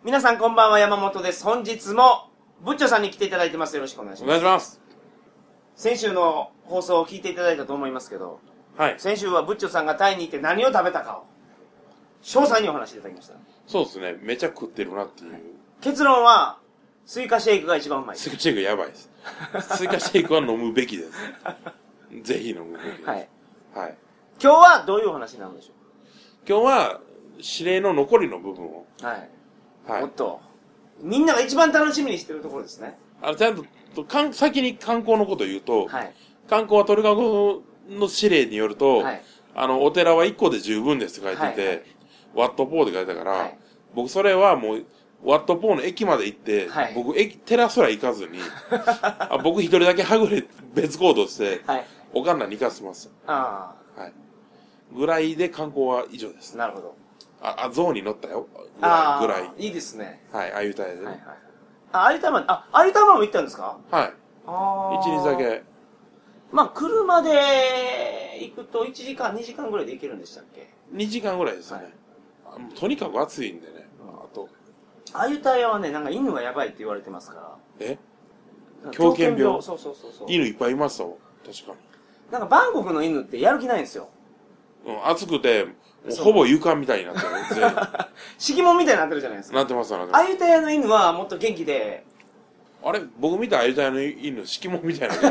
皆さんこんばんは、山本です。本日もブッチョさんに来ていただいてます。よろしくお願いします。 お願いします。 先週の放送を聞いていただいたと思いますけど、 はい。 先週はブッチョさんがタイに行って何を食べたかを詳細にお話しいただきました。 そうですね。めちゃ食ってるなっていう。 結論はスイカシェイクが一番うまい。 スイカシェイクやばいです。スイカシェイクは飲むべきです。ぜひ飲むべきです。 はい。 はい。 今日はどういうお話なんでしょ今日は指令の残りの部分を。 う。はい。 はい。 おっと。みんなが一番楽しみにしてるところですね。 ちゃんと先に観光のことを言うと、 はい。 観光は鳥かごの指令によると、 はい。 お寺は1個で十分ですって書いてて、 はいはい、 ワットポーで書いてたから、 はい、 僕それはもう、ワットポーの駅まで行って、 はい、 僕寺すら行かずに、僕一人だけはぐれ別行動して、 はい、 おかんらに行かせます。 ああ。はい。ぐらいで観光は以上です。 なるほど。 象に乗ったよ。ぐらい。 いいですね。 はい、あゆたやで、ね。 はいはい。あゆたま、あゆたまも行ったんですか？ はい。一日だけ。 まあ、車で行くと1時間、2時間ぐらいで行けるんでしたっけ ？2時間ぐらいですよね。はい、とにかく暑いんでね。あと。 あゆたやはね、なんか犬がやばいって言われてますから。 狂犬病。 そう。 犬いっぱいいますよ。確かに。 なんかバンコクの犬ってやる気ないんですよ。 暑くて、ほぼ床みたいになってる。 敷物みたいになってるじゃないですか。 なってます、なってます。 あゆたやの犬はもっと元気で。 あれ僕見たあゆたやの犬、敷物みたいな。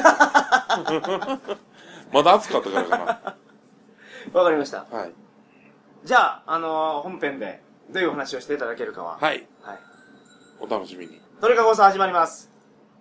まだ暑かったからかな。 わかりました。 はい。 じゃあ、本編でどういうお話をしていただけるかは。 はい。 はい。 お楽しみに。 鳥かご放送始まります。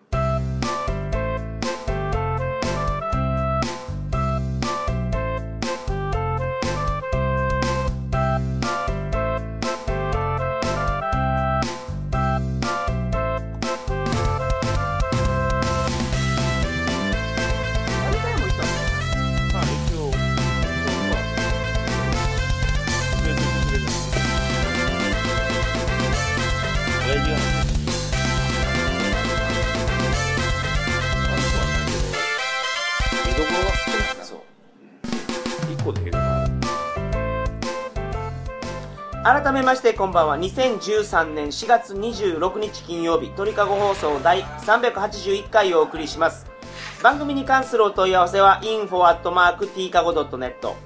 改めましてこんばんは。2013年4月26日金曜日、鳥かご放送第381回をお送りします。番組に関するお問い合わせは info@tkago.net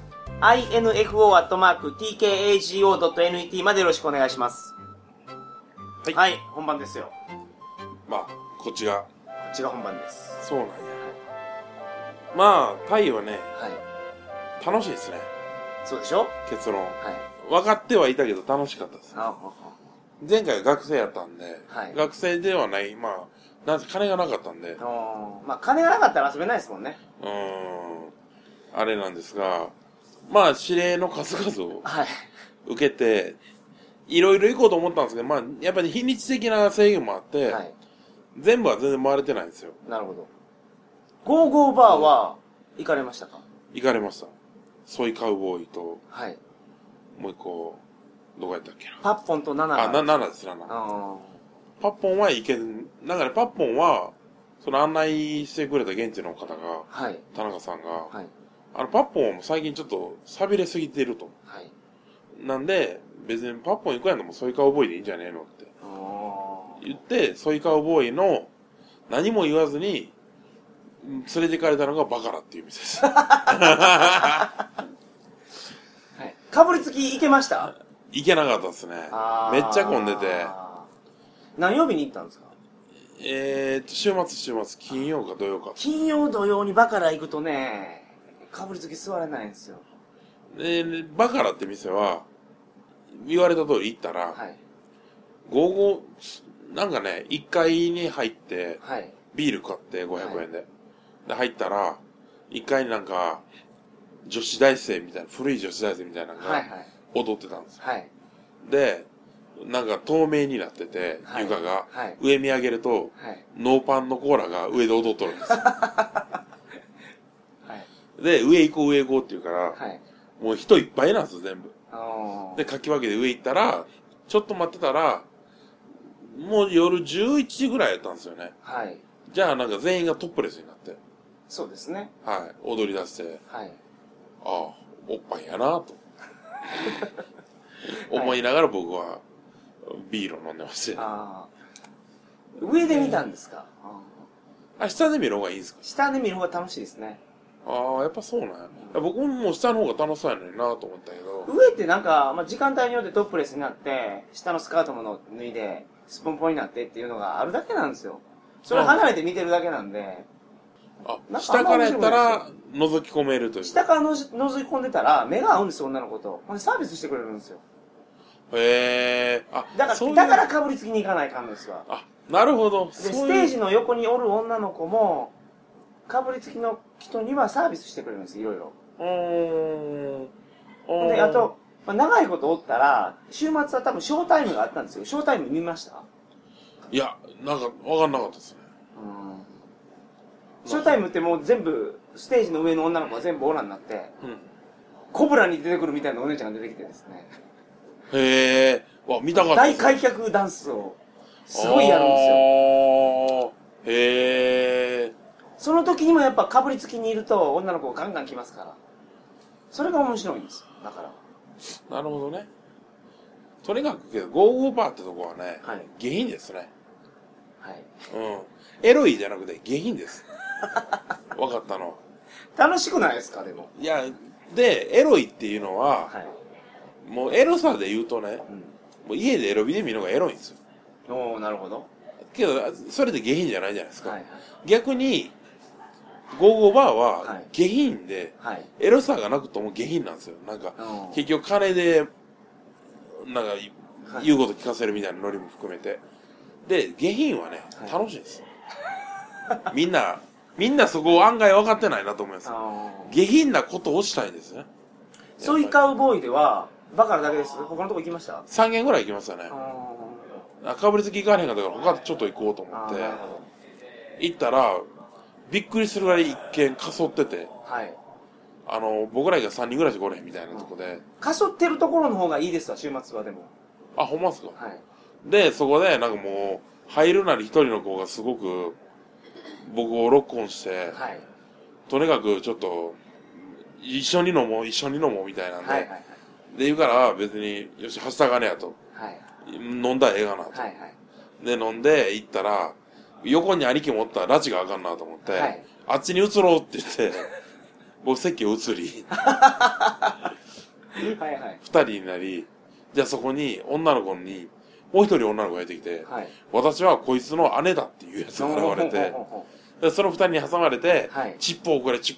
info@tkago.net までよろしくお願いします。はい、はい、本番ですよ。 まあこっちが本番です。 そうなんや。まあタイはね、 はい、 楽しいですね。 そうでしょ。 結論、 はい、 分かってはいたけど楽しかったです。前回学生やったんで、 はい、 学生ではない、まあなんせ金がなかったんで、 まあ金がなかったら遊べないですもんね。 あれなんですが、まあ指令の数々を受けて、いろいろ行こうと思ったんですけど、まあやっぱり日にち的な制限もあって、はい、全部は全然回れてないんですよ。 なるほど。ゴーゴーバーは行かれましたか？ 行かれました。ソイカウボーイと、 はい、 もう一個、どこやったっけな。 パッポンとナナ。 ナナです、ナナ。パッポンは行ける。なんかね、パッポンは、その案内してくれた現地の方が、はい、田中さんが、はい、パッポンは最近ちょっと錆びれすぎてると。はい、なんで、別にパッポン行くやんのもソイカウボーイでいいんじゃねえのって言って、ソイカウボーイの何も言わずに、連れて行かれたのがバカラっていう店です。 はい。かぶりつき行けました？ 行けなかったですね。めっちゃ混んでて。 何曜日に行ったんですか？ 週末、金曜か土曜か。 金曜土曜にバカラ行くとね、かぶりつき座れないんですよ。 バカラって店は、言われた通り行ったら、はい、午後、なんかね、1階に入って、はい、ビール買って500円で。はい、で、入ったら、1階になんか、女子大生みたいな、古い女子大生みたいなのが、踊ってたんですよ。はいはい、で、なんか透明になってて、はい、床が、はい、上見上げると、はい、ノーパンのコーラが上で踊っとるんですよ。はい、で、上行こうって言うから、はい、もう人いっぱいなんですよ、全部。で、かき分けて上行ったら、ちょっと待ってたら、もう夜11時ぐらいやったんですよね。はい。じゃあなんか全員がトップレスになって。 そうですね。 はい。踊り出して。はい。ああ、おっぱいやなと。思いながら僕はビールを飲んでまして。 上で見たんですか？ 下で見る方がいいですか？ 下で見る方が楽しいですね。 やっぱそうなんや。僕も下の方が楽しそうやのになと思ったけど。 上ってなんか、時間帯によってトップレスになって、下のスカートも脱いで、スポンポンになってっていうのがあるだけなんですよ。それ離れて見てるだけなんで。 下からやったら覗き込めるという。 下から覗き込んでたら目が合うんですよ、女の子と。ほんでサービスしてくれるんですよ。だからかぶりつきに行かないかんですわ。 なるほど。 で、ステージの横におる女の子も、かぶりつきの人にはサービスしてくれるんです、いろいろ。で、あと、長いことおったら、週末は多分ショータイムがあったんですよ。ショータイム見ました？ いや、なんかわかんなかったですね。 ショータイムってもう全部、ステージの上の女の子が全部オーラになって、コブラに出てくるみたいなお姉ちゃんが出てきてですね。 見たかった。 大開脚ダンスを、すごいやるんですよ。その時にもやっぱかぶりつきにいると女の子がガンガン来ますから。それが面白いんですよ。だから。 なるほどね。とにかくけど、ゴーゴーバーってとこはね、下品ですね。エロいじゃなくて下品です。分かったの。 楽しくないですか、でも。 いや、で、エロいっていうのは、もうエロさで言うとね、もう家でエロビで見るのがエロいんですよ。 なるほど。 けど、それで下品じゃないじゃないですか。逆に、ゴーゴーバーは下品で、エロさがなくとも下品なんですよ。なんか、結局金で、なんか、言うこと聞かせるみたいなノリも含めて。で、下品はね、楽しいんです。みんなそこを案外分かってないなと思います。下品なことをしたいんですね。 ソイカウボーイでは、バカラだけです。他のとこ行きました？ 3 軒ぐらい行きましたね。かぶりつき行かへんかったから他ちょっと行こうと思って、行ったら、びっくりするぐらい一軒かそってて、僕らが3人ぐらいしかおれへんみたいなとこで。 かそってるところの方がいいですわ、週末はでも。 ほんまっすか？で、そこでなんかもう、入るなり一人の子がすごく、僕をロックオンして、とにかくちょっと、一緒に飲もうみたいなんで、で言うから別に、よし、はしたがねやと。飲んだらええがなと。で、飲んで行ったら、横に兄貴持ったら拉致があかんなと思って、あっちに移ろうって言って、僕席を移り、二人になり、じゃあそこに女の子に、もう一人女の子が出てきて、私はこいつの姉だっていうやつが現れて、でその二人に挟まれて、チップをくれっていう。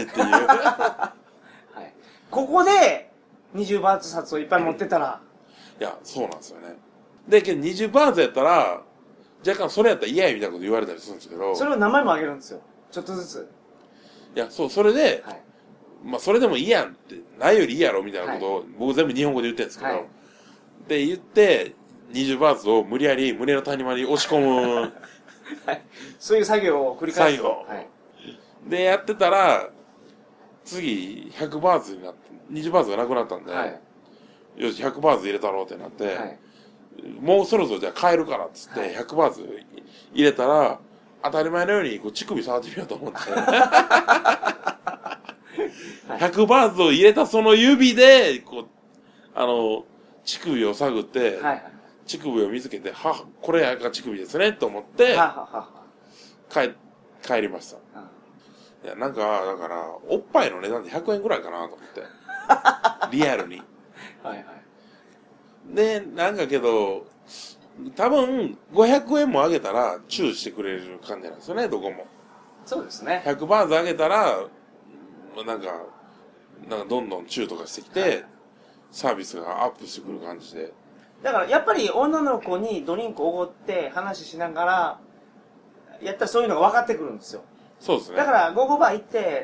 ここで、20バーツ札をいっぱい持ってたら。 いや、そうなんですよね。で、けど20バーツやったら、若干それやったら嫌やみたいなこと言われたりするんですけど。 それを名前もあげるんですよ。ちょっとずつ。 いや、それで、それでもいいやんって、ないよりいいやろみたいなことを、僕全部日本語で言ってるんですけど、で、言って、20バーツを無理やり胸の谷間に押し込む。 そういう作業を繰り返す。 で、やってたら、次、100バーツになって、20バーツがなくなったんで、よし、100バーツ入れたろうってなって、もうそろそろじゃあ帰るからっつって、100バーツ入れたら、当たり前のようにこう乳首触ってみようと思って。100バーツを入れたその指で、こう、乳首を探って、乳首を見つけて、これが乳首ですね、と思って、帰りました。いや、なんか、だから、おっぱいの値段で100円ぐらいかなと思って。リアルに。で、なんかけど、多分、500円もあげたら、チューしてくれる感じなんですよね、どこも。 そうですね。 100バーツあげたら、なんかどんどんチューとかしてきて、サービスがアップしてくる感じで。 だから、やっぱり女の子にドリンクおごって話しながら、やったらそういうのが分かってくるんですよ。 そうですね。 だから、ゴーゴーバー行って、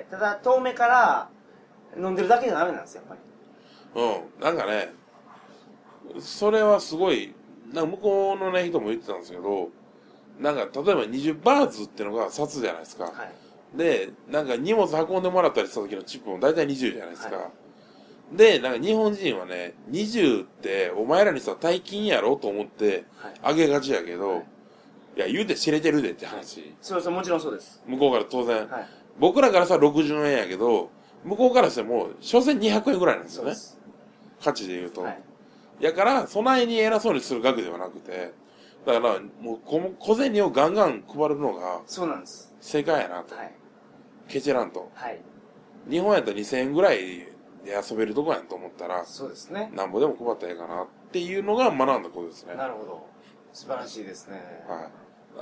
ただ遠目から飲んでるだけじゃダメなんですよ、やっぱり。 なんかね、それはすごい、なんか向こうのね、人も言ってたんですけど、なんか、例えば20バーツってのが札じゃないですか。で、なんか荷物運んでもらったりした時のチップも大体20じゃないですか。で、なんか日本人はね、20ってお前らにさ、大金やろと思ってあげがちやけど、いや、言うて知れてるでって話。 そう、もちろんそうです。 向こうから当然。僕らからさ60円やけど、向こうからしても、所詮200円ぐらいなんですよね。価値で言うと。いやから、備えに偉そうにする額ではなくて、だから、もう小銭をガンガン配るのが、 そうなんです。 正解やなと。はい。ケチらんと。 はい。 日本やったら2000円ぐらいで遊べるとこやんと思ったら、 そうですね。 なんぼでも配ったらええかなっていうのが学んだことですね。 なるほど。素晴らしいですね。 はい。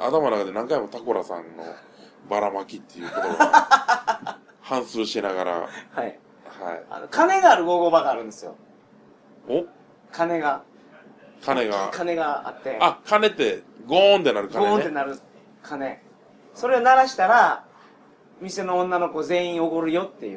頭の中で何回もタコラさんのばらまきっていう言葉が反芻しながら。はい。はい。 金があるゴーゴーバーがあるんですよ。 お金があって。 あ、金ってゴーンってなる金ね。 ゴーンってなる金。それを鳴らしたら、店の女の子全員おごるよっていう。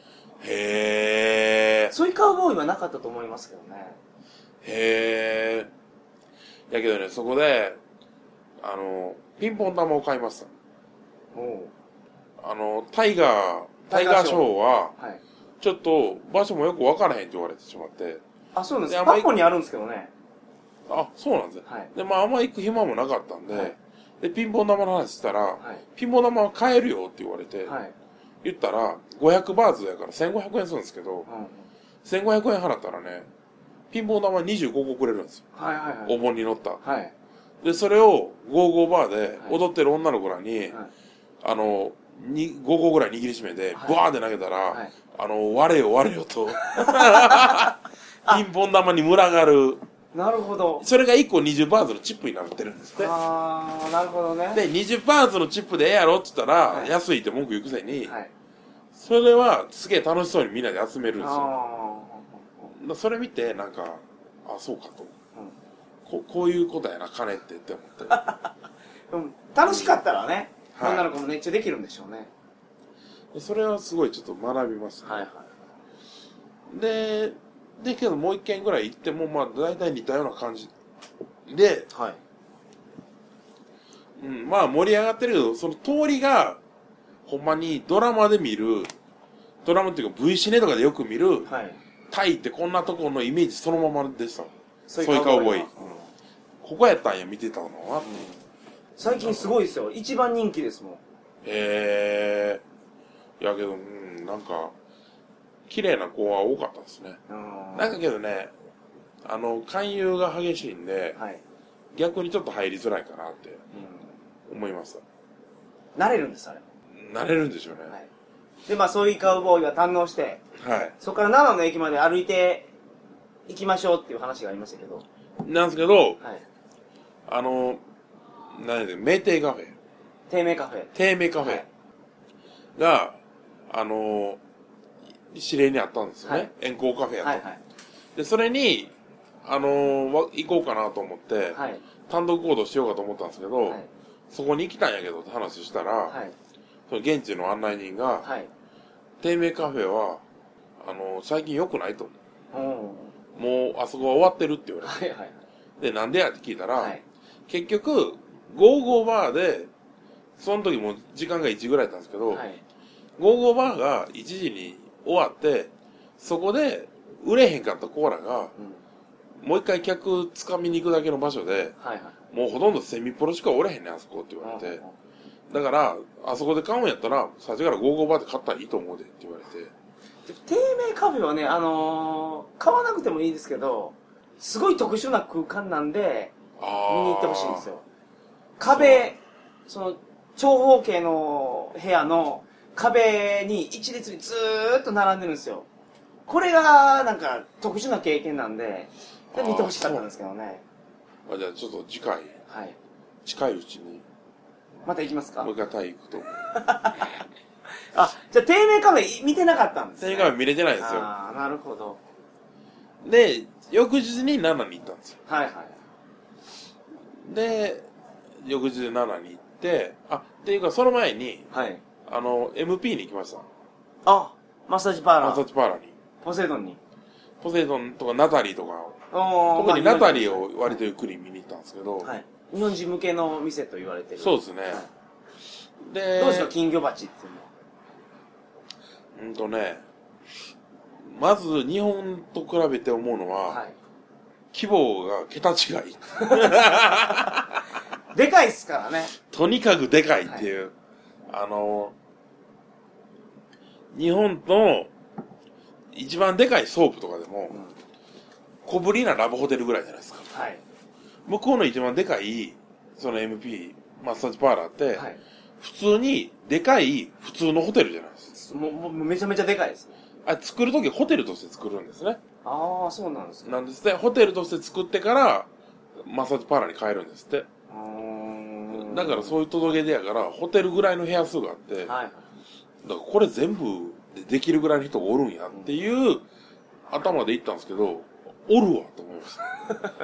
へー。 そういうカウボーイはなかったと思いますけどね。 へー。やけどね、そこで、ピンポン玉を買いました。タイガーショーは、はい、ちょっと場所もよく分からへんって言われてしまって。 あ、そうなんです。パッポにあるんですけどね。 あ、そうなんですね。はい、で、まああんま行く暇もなかったんで、はい、で、ピンポン玉の話したら、はい、ピンポン玉は買えるよって言われて、はい、言ったら、500バーツやから1500円するんですけど、1500円払ったらね、ピンポン玉25個くれるんですよ。はいはいはい、お盆に乗った。はい、で、それをゴーゴーバーで踊ってる女の子らに、5個ぐらい握りしめて、バーって投げたら、はい、割れよと、ピンポン玉に群がる。 なるほど。 それが1個20バーツのチップになってるんですって。 あー、なるほどね。 で、20バーツのチップでええやろって言ったら、はい、安いって文句言うくせに、はい、それはすげえ楽しそうにみんなで集めるんですよ。それ見て、なんか、あ、そうかと。こういうことやな、金って思って。 楽しかったらね、はい、女の子も熱中できるんでしょうね。 それはすごいちょっと学びましたね。はいはい。で、けどもう一軒ぐらい行っても、まあ大体似たような感じで、はい。うん、まあ盛り上がってるけど、その通りが、ほんまにドラマで見る、ドラマっていうか V シネとかでよく見る、はい、タイってこんなところのイメージそのままでした。そういうカウボーイ。ここやったんや、見てたのは、 最近すごいですよ。一番人気ですもん。 へー。やけど、なんか、綺麗な子は多かったですね。なんかけどね、勧誘が激しいんで、はい、逆にちょっと入りづらいかなって思いました。 慣れるんです、あれ。 慣れるんでしょうね。はい、 で、まあそういうカウボーイは堪能して、はい、そこから奈良の駅まで歩いて行きましょうっていう話がありましたけど。 なんですけど、はい、名店カフェ。 低迷カフェが、指令にあったんですよね。はい、遠行カフェやと。はいはい、で、それに、行こうかなと思って、はい、単独行動しようかと思ったんですけど、はい、そこに行きたんやけどって話したら、はい、その現地の案内人が、はい、低迷カフェは、最近良くないと。もう、あそこは終わってるって言われて。はいはい、で、なんでやって聞いたら、はい、結局、ゴーゴーバーで、その時も時間が1時ぐらいだったんですけど、はい、ゴーゴーバーが1時に終わって、そこで売れへんかったコーラが、もう一回客掴みに行くだけの場所で、はいはい、もうほとんどセミプロしかおれへんねん、あそこって言われて。だから、あそこで買うんやったら、最初からゴーゴーバーで買ったらいいと思うでって言われて。 低迷カフェはね、買わなくてもいいですけど、すごい特殊な空間なんで、見に行ってほしいんですよ。壁、その、長方形の部屋の壁に一列にずーっと並んでるんですよ。これが、なんか、特殊な経験なんで、見てほしかったんですけどね。 じゃあちょっと次回、はい、近いうちに。 また行きますか？ もう一回タイ行くと思う。 あ、じゃあ低迷カフェ見てなかったんですね。 低迷カフェ見れてないですよ。 ああ、なるほど。 で、翌日に奈良に行ったんですよ。はいはい。で、翌日で奈良に行って、っていうかその前に、はい。MP に行きました。 あ、マッサージパーラー。 マッサージパーラーに。 ポセイドンに。 ポセイドンとかナタリーとか、特にナタリーを割とゆっくり見に行ったんですけど、はい。 日本人向けの店と言われてる。 そうですね。はい、で、 どうですか、金魚鉢っていうのは。まず日本と比べて思うのは、はい、規模が桁違い。 でかいっすからね。 とにかくでかいっていう。はい、日本の一番でかいソープとかでも、 小ぶりなラブホテルぐらいじゃないですか。 はい。 向こうの一番でかい、その MP、マッサージパーラーって、はい、普通にでかい普通のホテルじゃないです。 もうめちゃめちゃでかいですね。 作るときホテルとして作るんですね。 ああ、そうなんですか。 なんですね。ホテルとして作ってから、マッサージパーラーに変えるんですって。だからそういう届け出やから、ホテルぐらいの部屋数があって、はい、だからこれ全部できるぐらいの人がおるんやっていう頭で行ったんですけど、おるわと思いました。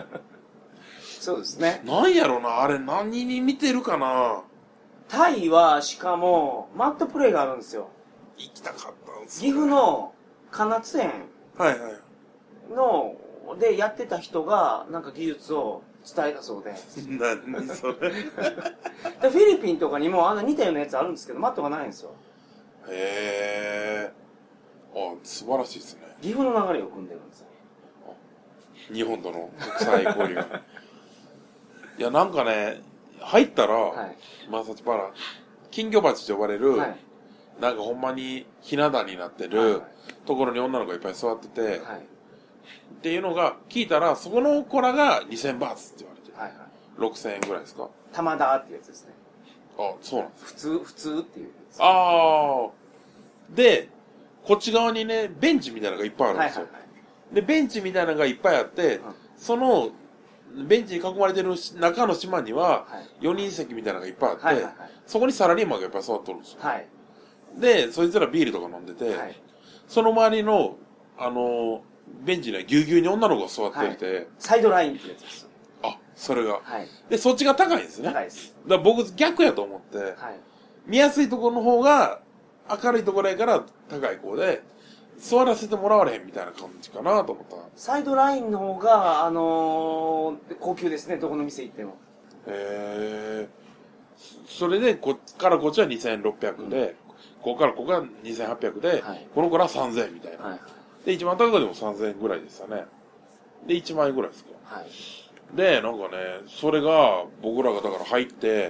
そうですね。 なんやろな、あれ何に似てるかな。 タイはしかもマットプレイがあるんですよ。 行きたかったんです、 ね、岐阜の金津園のでやってた人がなんか技術を伝えたそうで。 何それ。でフィリピンとかにも似たようなやつあるんですけど、マットがないんですよ。 へー。素晴らしいですね。 岐阜の流れを組んでるんですよ。 日本との国際交流。いや、なんかね、入ったら、はい、マッサージパーラー、金魚鉢と呼ばれる、はい、なんかほんまにひな壇になってる、はい、ところに女の子がいっぱい座ってて、はい、っていうのが聞いたら、そこの子らが2000バーツって言われて、はいはい、6000円ぐらいですか。 玉田っていうやつですね。 あ、そうなんです。 普通っていうやつ。 で、こっち側にね、ベンチみたいなのがいっぱいあるんですよ。はいはいはい、で、ベンチみたいなのがいっぱいあって、うん、その、ベンチに囲まれてる中の島には、4人席みたいなのがいっぱいあって、はいはいはい、そこにサラリーマンがいっぱい座っとるんですよ。はい、で、そいつらビールとか飲んでて、はい、その周りの、ベンチにはぎゅうぎゅうに女の子が座っていて、はい、 サイドラインってやつです。 それが、はい。で、そっちが高いんですね。 高いです。 だから僕逆やと思って、はい、見やすいところの方が、明るいところやから高い子で、座らせてもらわれへんみたいな感じかなと思った。 サイドラインの方が、高級ですね、どこの店行っても。 それで、こっからこっちは2600で、うん、ここからここが2800で、はい、この子ら3000円みたいな、はい。で、一番高いでも3000円ぐらいでしたね。で、1万円ぐらいですか。はい、で、なんかね、それが、僕らがだから入って、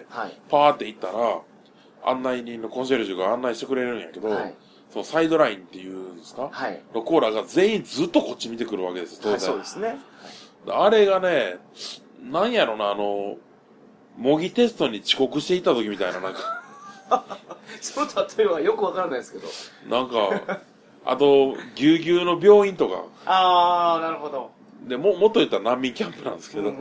はい、パーって行ったら、案内人のコンシェルジュが案内してくれるんやけど、はい、そのサイドラインっていうんですか、はい、のコーラが全員ずっとこっち見てくるわけです、当然。はい、 そうですね。はい、 あれがね、なんやろな、模擬テストに遅刻していった時みたいな、なんか。 その例えはよくわからないですけど。 なんか、あと、ぎゅうぎゅうの病院とか。 なるほど。 で、もっと言ったら難民キャンプなんですけど、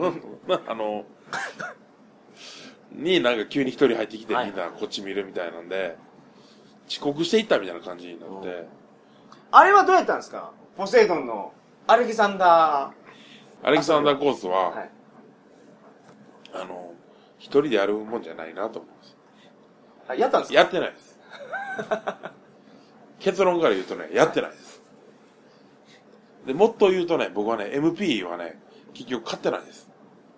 になんか急に一人入ってきて、みんなこっち見るみたいなんで、遅刻していったみたいな感じになって。 あれはどうやったんですか？ポセイドンのアレキサンダーコースは、はい、一人でやるもんじゃないなと思います。 やったんですか？ やってないです。結論から言うとね、やってないです。で、もっと言うとね、僕はね、MP はね、結局買ってないです。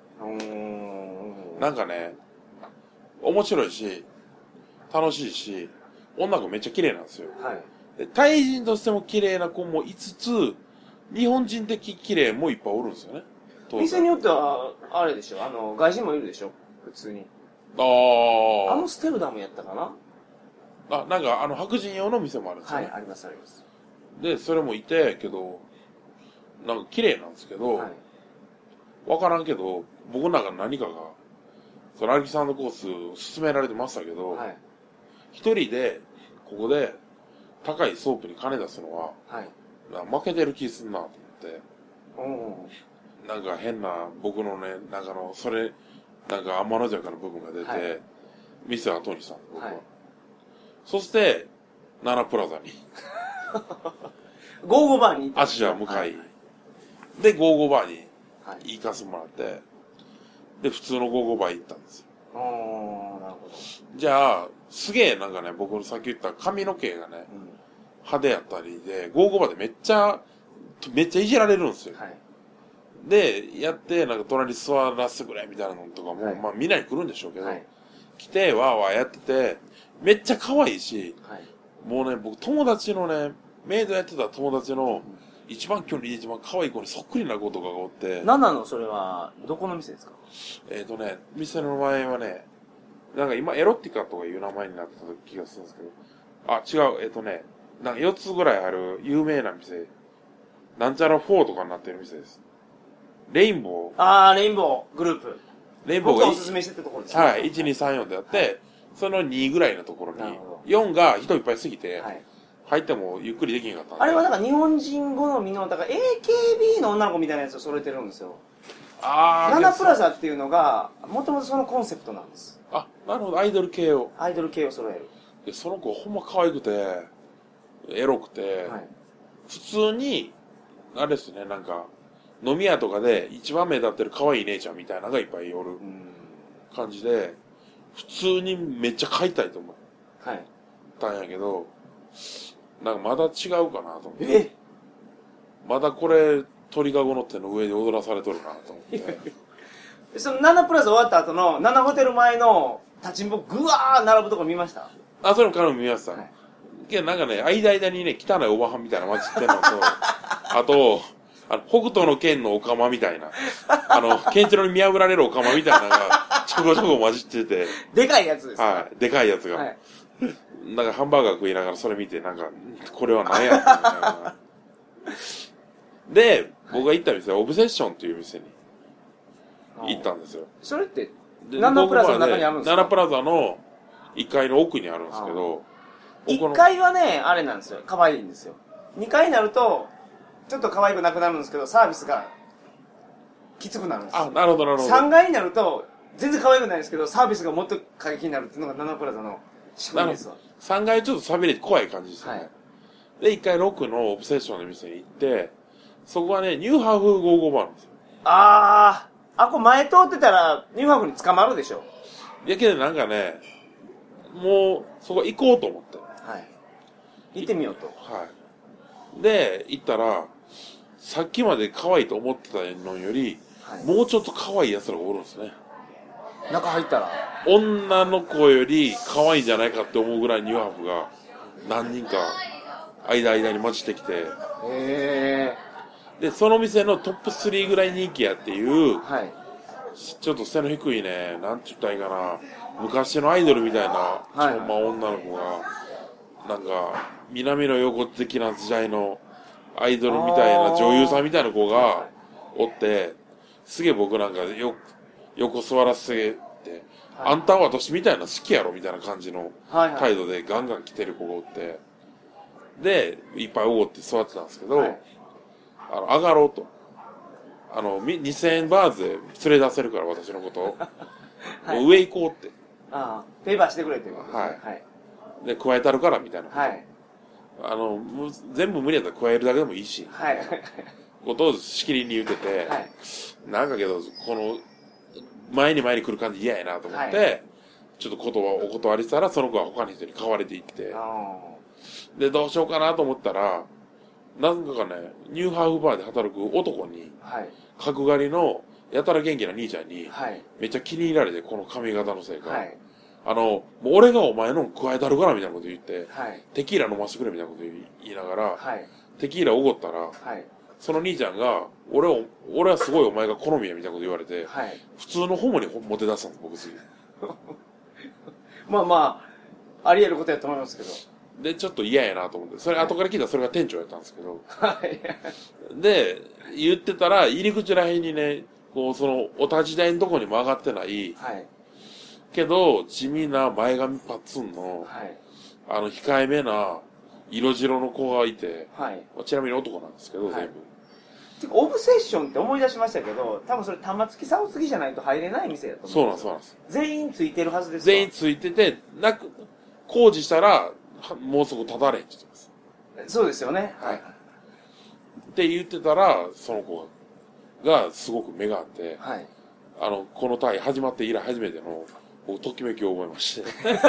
なんかね、面白いし、楽しいし、女の子めっちゃ綺麗なんですよ。はい。で、タイ人としても綺麗な子もいつつ、日本人的綺麗もいっぱいおるんですよね。 店によっては、あれでしょ、外人もいるでしょ、普通に。ステルダムやったかな？ なんか白人用の店もあるんですよね。 はい、ありますあります。 で、それもいて、けど、なんか綺麗なんですけど、はい、わからんけど、僕の中の何かが、そのアレキサンダーコース勧められてましたけど、はい、一人で、ここで、高いソープに金出すのは、はい、負けてる気すんなと思って、なんか変な、僕のね、なんかそれ、なんか天の弱な部分が出て、はい、店を後にしたんです、僕は。はい、そして、ナナプラザに。 ゴーゴバーに行ったんですか？足は向かい。で、ゴーゴバーに行かせてもらって、で、普通のゴーゴバー行ったんですよ。 なるほど。 じゃあ、すげえなんかね、僕のさっき言った髪の毛がね、派手やったりで、ゴーゴバーでめっちゃいじられるんですよ。はい、で、やって、なんか隣座らせてくれみたいなのとかも、はい、まあみんなに来るんでしょうけど、はい、来て、わーわーやってて、めっちゃ可愛いし、はい、もうね、僕友達のね、メイドやってた友達の、一番距離で一番可愛い子にそっくりな子とかがおって。 何なのそれは、どこの店ですか？ 店の名前はね、なんか今エロティカとかいう名前になってた気がするんですけど、違う、なんか4つぐらいある有名な店、なんちゃら4とかになってる店です。 レインボー。レインボーグループ。 レインボーが。僕がおすすめしてたところですね。 はい。1、2、3、4であって、その2ぐらいのところに、4が人いっぱいすぎて、入ってもゆっくりできんかったんで。 あれはなんか日本人好みの、だから AKB の女の子みたいなやつを揃えてるんですよ。ナナプラザっていうのが、もともとそのコンセプトなんです。 なるほど、アイドル系を揃える。 で、その子ほんま可愛くて、エロくて、普通に、あれですね、なんか、飲み屋とかで一番目立ってる可愛い姉ちゃんみたいなのがいっぱいおる感じで、普通にめっちゃ買いたいと思ったんやけど、なんかまだ違うかなと思って。まだこれ、鳥かごの手の上で踊らされとるかなと思って。 そのナナプラザ終わった後のナナホテル前の立ちんぼぐわー並ぶとこ見ました？ それも彼も見ました。けどなんかね、間にね、汚いおばはんみたいなの混じってんのと、あと、北斗の剣のオカマみたいな、ケンチロに見破られるオカマみたいなのが、ちょこちょこ混じってて。 でかいやつですか？ はい、でかいやつが。なんかハンバーガー食いながらそれ見て、なんか、これは何やったみたいな。で、僕が行った店はオブセッションっていう店に行ったんですよ。 それって、ナナプラザの中にあるんですか？ ナナプラザの1階の奥にあるんですけど、 1階はね、あれなんですよ。可愛いんですよ。2階になると、ちょっと可愛くなくなるんですけど、サービスがきつくなるんですよ。 なるほど、なるほど。 3階になると、全然可愛くないんですけど、サービスがもっと過激になるっていうのがナナプラザの仕組みですわ。 3階ちょっと寂れて怖い感じですよね。で、1階の奥のオブセッションの店に行って、そこはね、ニューハーフ55番なんですよ。 これ前通ってたら、ニューハーフに捕まるでしょ。 やけどなんかね、もう、そこ行こうと思って。 行ってみようと。 で、行ったら、さっきまで可愛いと思ってたのより、もうちょっと可愛い奴らがおるんですね。 中入ったら女の子より可愛いんじゃないかって思うぐらいニューハーフが何人か間に混じってきて。で、その店のトップ3ぐらい人気やっていう、ちょっと背の低いね、なんて言ったらいいかな、昔のアイドルみたいな、女の子が、なんか、南の横的な時代のアイドルみたいな女優さんみたいな子がおって、すげえ僕なんか横座らせて、あんたは私みたいなの好きやろみたいな感じの態度でガンガン来てる子がおって、で、いっぱいおごって座ってたんですけど、上がろうと。2000円バーズで連れ出せるから私のことを。もう上行こうって。 ペーパーしてくれっていうことですね。 で、加えたるからみたいな。全部無理やったら加えるだけでもいいし。ことをしきりに言ってて、なんかけど、この、前に来る感じ嫌やなと思って、ちょっとお断りしたら、その子は他の人に買われていって、で、どうしようかなと思ったら、なんかね、ニューハーフバーで働く男に、角刈りのやたら元気な兄ちゃんに、めっちゃ気に入られて、この髪型のせいか、もう俺がお前の加えたるからみたいなこと言って、テキーラ飲ませてくれみたいなこと言いながら、テキーラおごったら、その兄ちゃんが、俺はすごいお前が好みやみたいなこと言われて、普通のホモにモテ出したんです、僕次。 あり得ることやと思いますけど。 で、ちょっと嫌やなと思って、それ後から聞いたらそれが店長やったんですけど、で、言ってたら、入り口らへんにね、こう、その、お立ち台のとこにも上がってない、けど、地味な前髪パッツンの、控えめな、色白の子がいて、ちなみに男なんですけど、全部。 オブセッションって思い出しましたけど、多分それ玉突き竿突きじゃないと入れない店やと思うんですよ。 そうなんです。 全員ついてるはずですか？ 全員ついてて、工事したら、もうすぐ立たれんって言ってます。 そうですよね。 って言ってたら、その子がすごく目があって、このタイ始まって以来初めての、ときめきを覚えまして。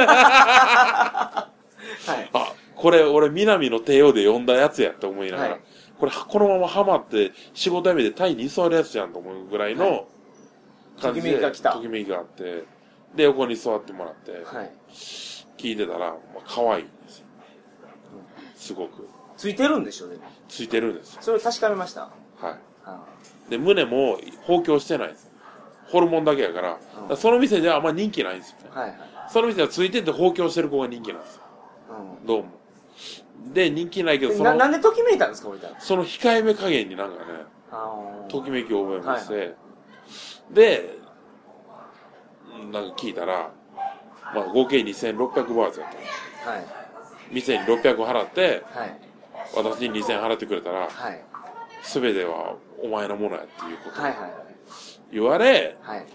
これ俺南の帝王で呼んだやつやって思いながら、このままハマって仕事辞めてタイに居座るやつやんと思うぐらいの感じで、ときめきがあって、で、横に座ってもらって、聞いてたら、可愛いんですよ。すごく。 ついてるんでしょうね。 ついてるんですよ。 それ確かめました。 で、胸も包協してないんです。ホルモンだけやから、その店ではあんま人気ないんですよね。その店はついてて包協してる子が人気なんですよ。どうも。で、人気ないけど、 なんでときめいたんですか、俺たち。 その控えめ加減になんかね、 ときめきを覚えまして、はいはい、で、なんか聞いたら、まあ合計2600バーツやったんです。はい。店に600払って、はい、私に2000払ってくれたら、はい、全てはお前のものやっていうことを言われ、はいはい、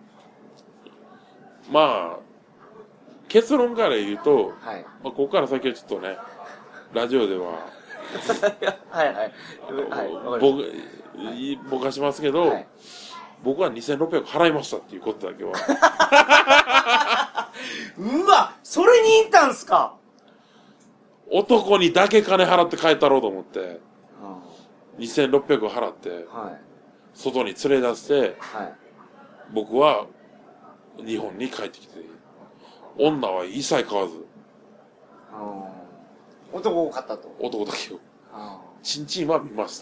まあ、結論から言うと、はい、まあ、ここから先はちょっとね、ラジオでは、はいはい、ぼかしますけど、はい、僕は2600払いましたっていうことだけは。 うわ、それに行ったんすか？ 男にだけ金払って帰ったろうと思って、2600払って、はい、外に連れ出して、はい、僕は日本に帰ってきて、女は一切買わず。 男を買ったと。 男だけを。チンチンは見ました。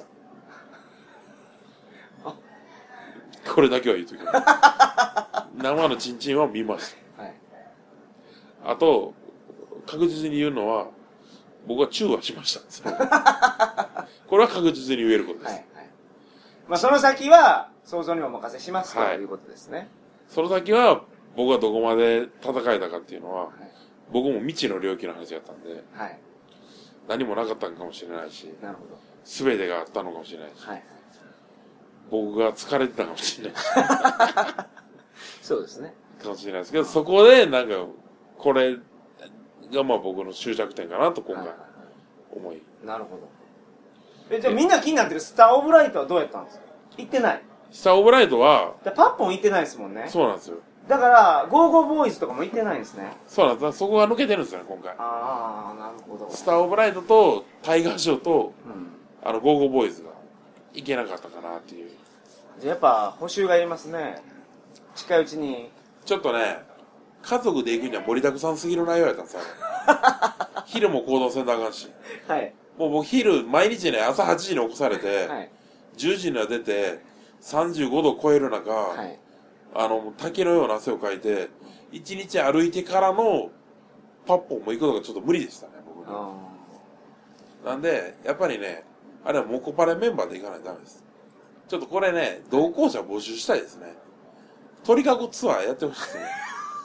これだけは言うとき生のチンチンは見ました。はい、あと、確実に言うのは、僕はチューはしました。これは確実に言えることです。はいはい、 まあ、その先は想像にお任せしますということですね。 その先は僕がどこまで戦えたかっていうのは、はい、僕も未知の領域の話だったんで、はい、何もなかったのかもしれないし、なるほど、全てがあったのかもしれないし、はい、僕が疲れてたかもしれないしそうですね。 かもしれないですけど、そこでなんかこれがまあ僕の終着点かなと今回思い。 なるほど。じゃあみんな気になってるスターオブライトはどうやったんですか？行ってない。 スターオブライトはパッポン行ってないですもんね。 そうなんですよ。 だからゴーゴーボーイズとかも行ってないんですね。 そうなんです。そこが抜けてるんですよね今回。 ああ、なるほど。 スターオブライトとタイガーショーと、ゴーゴーボーイズが行けなかったかなっていう。 じゃあやっぱ補修がいりますね。近いうちに。 ちょっとね、家族で行くには盛りだくさんすぎる内容やったんですよ。昼も行動せんとあかんし。はい。もう僕昼、毎日ね、朝8時に起こされて、はい、10時には出て、35度超える中、はい、滝のような汗をかいて、1日歩いてからのパッポンも行くのがちょっと無理でしたね、僕に。なんで、やっぱりね、あれはモコパレメンバーで行かないとダメです。ちょっとこれね、同行者募集したいですね。鳥かごツアーやってほしいですね。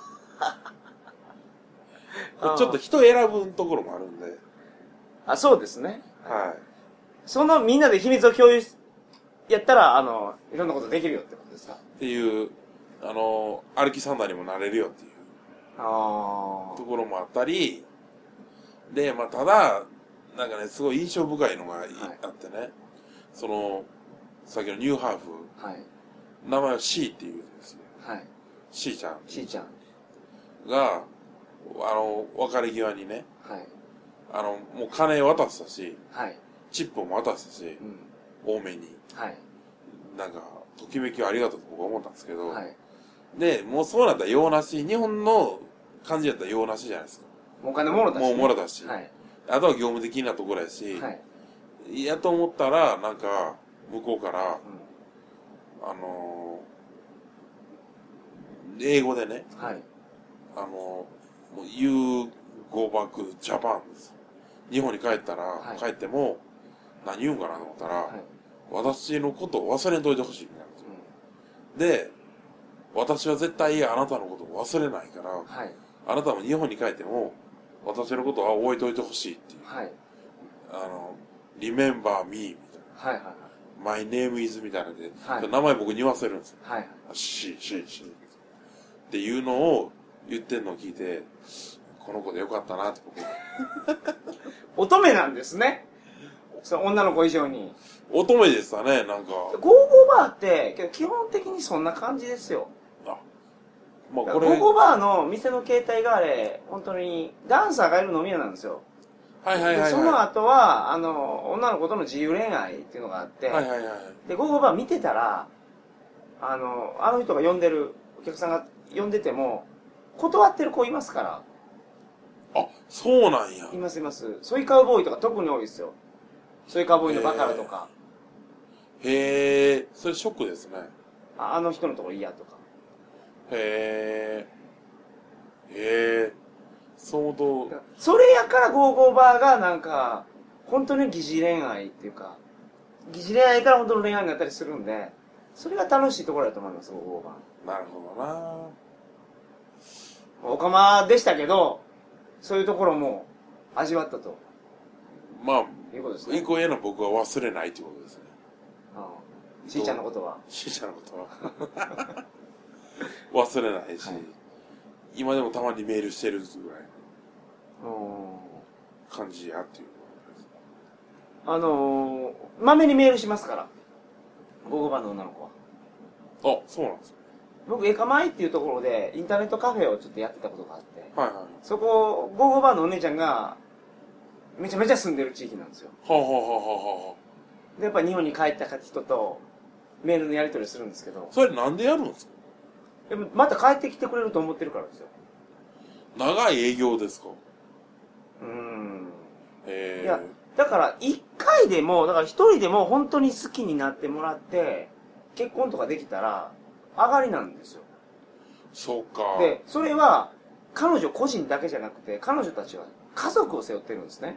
ちょっと人選ぶところもあるんで。 あ、そうですね。 はい。 そのみんなで秘密を共有やったら、いろんなことできるよってことですか？ っていう、歩きサンダーにもなれるよっていうところもあったり、で、まあ、ただ、なんかね、すごい印象深いのがあってね、はい、さっきのニューハーフ、はい、名前は C っていうんですよ。はい。C ちゃん。 C ちゃん。 が、別れ際にね、はい。もう金渡したし、はい。チップも渡したし、うん、多めに。はい。なんか、ときめきをありがとうと僕は思ったんですけど、はい。で、もうそうなったら用なし、日本の感じだったら用なしじゃないですか。 もうお金もろたし、ね。 もうもろたし。はい。あとは業務的なところやし、はい。やと思ったら、なんか、向こうから、英語でね、はい。You go back Japan です。日本に帰ったら、はい、帰っても、何言うんかなと思ったら、はい、私のことを忘れんといてほしいみたいなんですよ。うん、で、私は絶対あなたのことを忘れないから、はい、あなたも日本に帰っても、私のことは覚えておいてほしいっていう。はい、remember me みたいな。はいはいはい、my name is みたいなので、はい、名前僕に言わせるんですよ。はい、しっていうのを言ってんのを聞いて、この子でよかったなって僕。 乙女なんですね。その女の子以上に。 乙女でしたね、なんか。 ゴーゴーバーって基本的にそんな感じですよ。あ、まあこれ。ゴーゴーバーの店の形態があれ、本当にダンサーがいる飲み屋なんですよ。はいはいはい、はい。その後は女の子との自由恋愛っていうのがあって、はいはいはい。でゴーゴーバー見てたら、あの人が呼んでるお客さんが呼んでても断ってる子いますから。 あ、そうなんや。 いますいます。ソイカウボーイとか特に多いですよ。ソイカウボーイのバカラとか。 へえ、それショックですね。 あの人のところ嫌とか。 へえ、相当。 それやからゴーゴーバーがなんか本当に疑似恋愛っていうか、 疑似恋愛から本当の恋愛になったりするんで、それが楽しいところだと思います、5番。 なるほどな。 おかまでしたけど、そういうところも味わったと。 まあ、 いうことですね。 以降への僕は忘れないということですね。 しーちゃんのことは。 しーちゃんのことは。忘れないし、はい、今でもたまにメールしてるぐらいの感じやっていう。 まめにメールしますから。55番の女の子は。 あ、そうなんですね。 僕、エカマイっていうところで、インターネットカフェをちょっとやってたことがあって、 はいはい。 そこ、55番のお姉ちゃんが、めちゃめちゃ住んでる地域なんですよ。 はあはあはあはあ。 で、やっぱ日本に帰った人と、メールのやり取りするんですけど。 それなんでやるんですか？ でもまた帰ってきてくれると思ってるからですよ。 長い営業ですか？ いや、だから一回でも、だから一人でも本当に好きになってもらって、結婚とかできたら、上がりなんですよ。 そうか。 で、それは、彼女個人だけじゃなくて、彼女たちは家族を背負ってるんですね。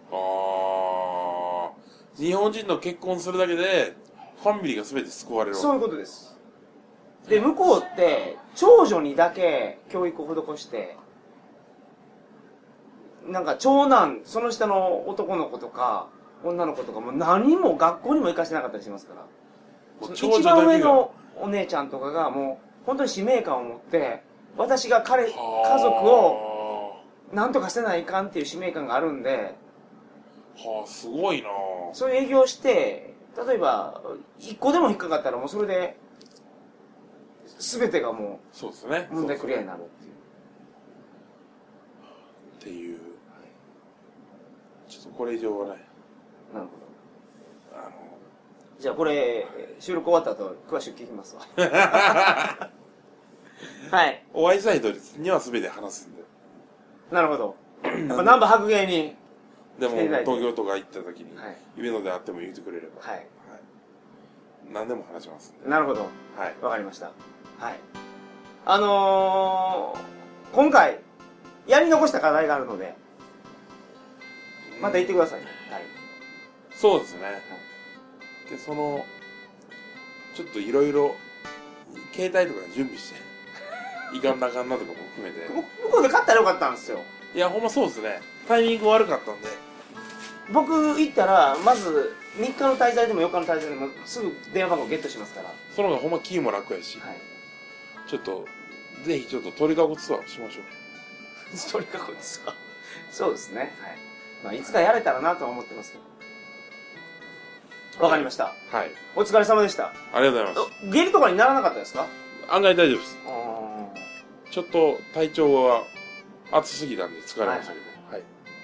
日本人の結婚するだけで、ファミリーが全て救われる。 そういうことです。で、向こうって、長女にだけ教育を施して、なんか長男、その下の男の子とか、女の子とかも何も学校にも行かしてなかったりしますから。一番上のお姉ちゃんとかがもう、本当に使命感を持って、私が家族を何とかせないかんっていう使命感があるんで、 はあ、すごいな。 そういう営業して、例えば、一個でも引っかかったらもうそれで、全てがもう、 そうですね。 問題クリアになるっていう。ちょっとこれ以上はね。 なるほど。じゃあこれ、収録終わった後、詳しく聞きますわ。はい。 お会いしたい人には全て話すんで。 なるほど。やっぱナンバー白芸に。 でも、東京とか行った時に、イベントで会っても言ってくれれば。はい。何でも話します。 なるほど。 はい。 わかりました。はい。今回、やり残した課題があるので、また言ってくださいね。はい。 そうですね。で、ちょっといろいろ、携帯とか準備して、いかんなあかんなとかも含めて。 向こうで買ったらよかったんですよ。 いや、ほんまそうですね。タイミング悪かったんで。 僕行ったら、まず、3日の滞在でも4日の滞在でも、すぐ電話番号ゲットしますから。 その方がほんま気も楽やし。はい。ちょっと、ぜひちょっと鳥かごツアーしましょう。 鳥かごツアーそうですね。はい。まあ、いつかやれたらなとは思ってますけど。わかりました。 はい。 お疲れ様でした。 ありがとうございます。 下痢とかにならなかったですか？ 案外大丈夫です。ちょっと体調は暑すぎたんで疲れましたけど、はい。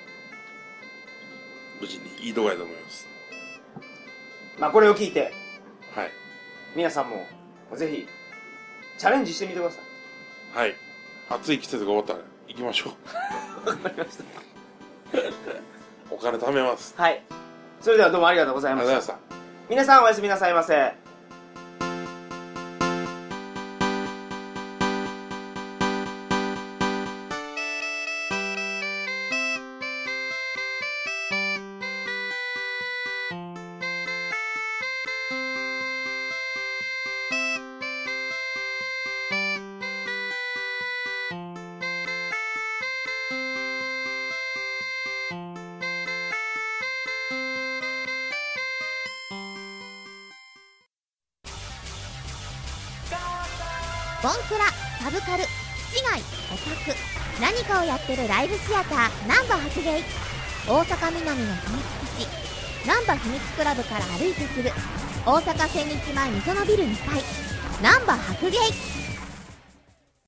無事にいい動画だと思います。 まあこれを聞いて、 はい。 皆さんもぜひチャレンジしてみてください。はい。暑い季節が終わったら行きましょう。わかりました。 お金貯めます。 はい。それではどうもありがとうございました。 ありがとうございました。 皆さんおやすみなさいませ。 ボンクラ、サブカル、市街、オタク、何かをやってるライブシアターナンバ白芸。大阪南の秘密基地ナンバ秘密クラブから歩いてすぐ、大阪千日前みそのビル2階ナンバ白芸。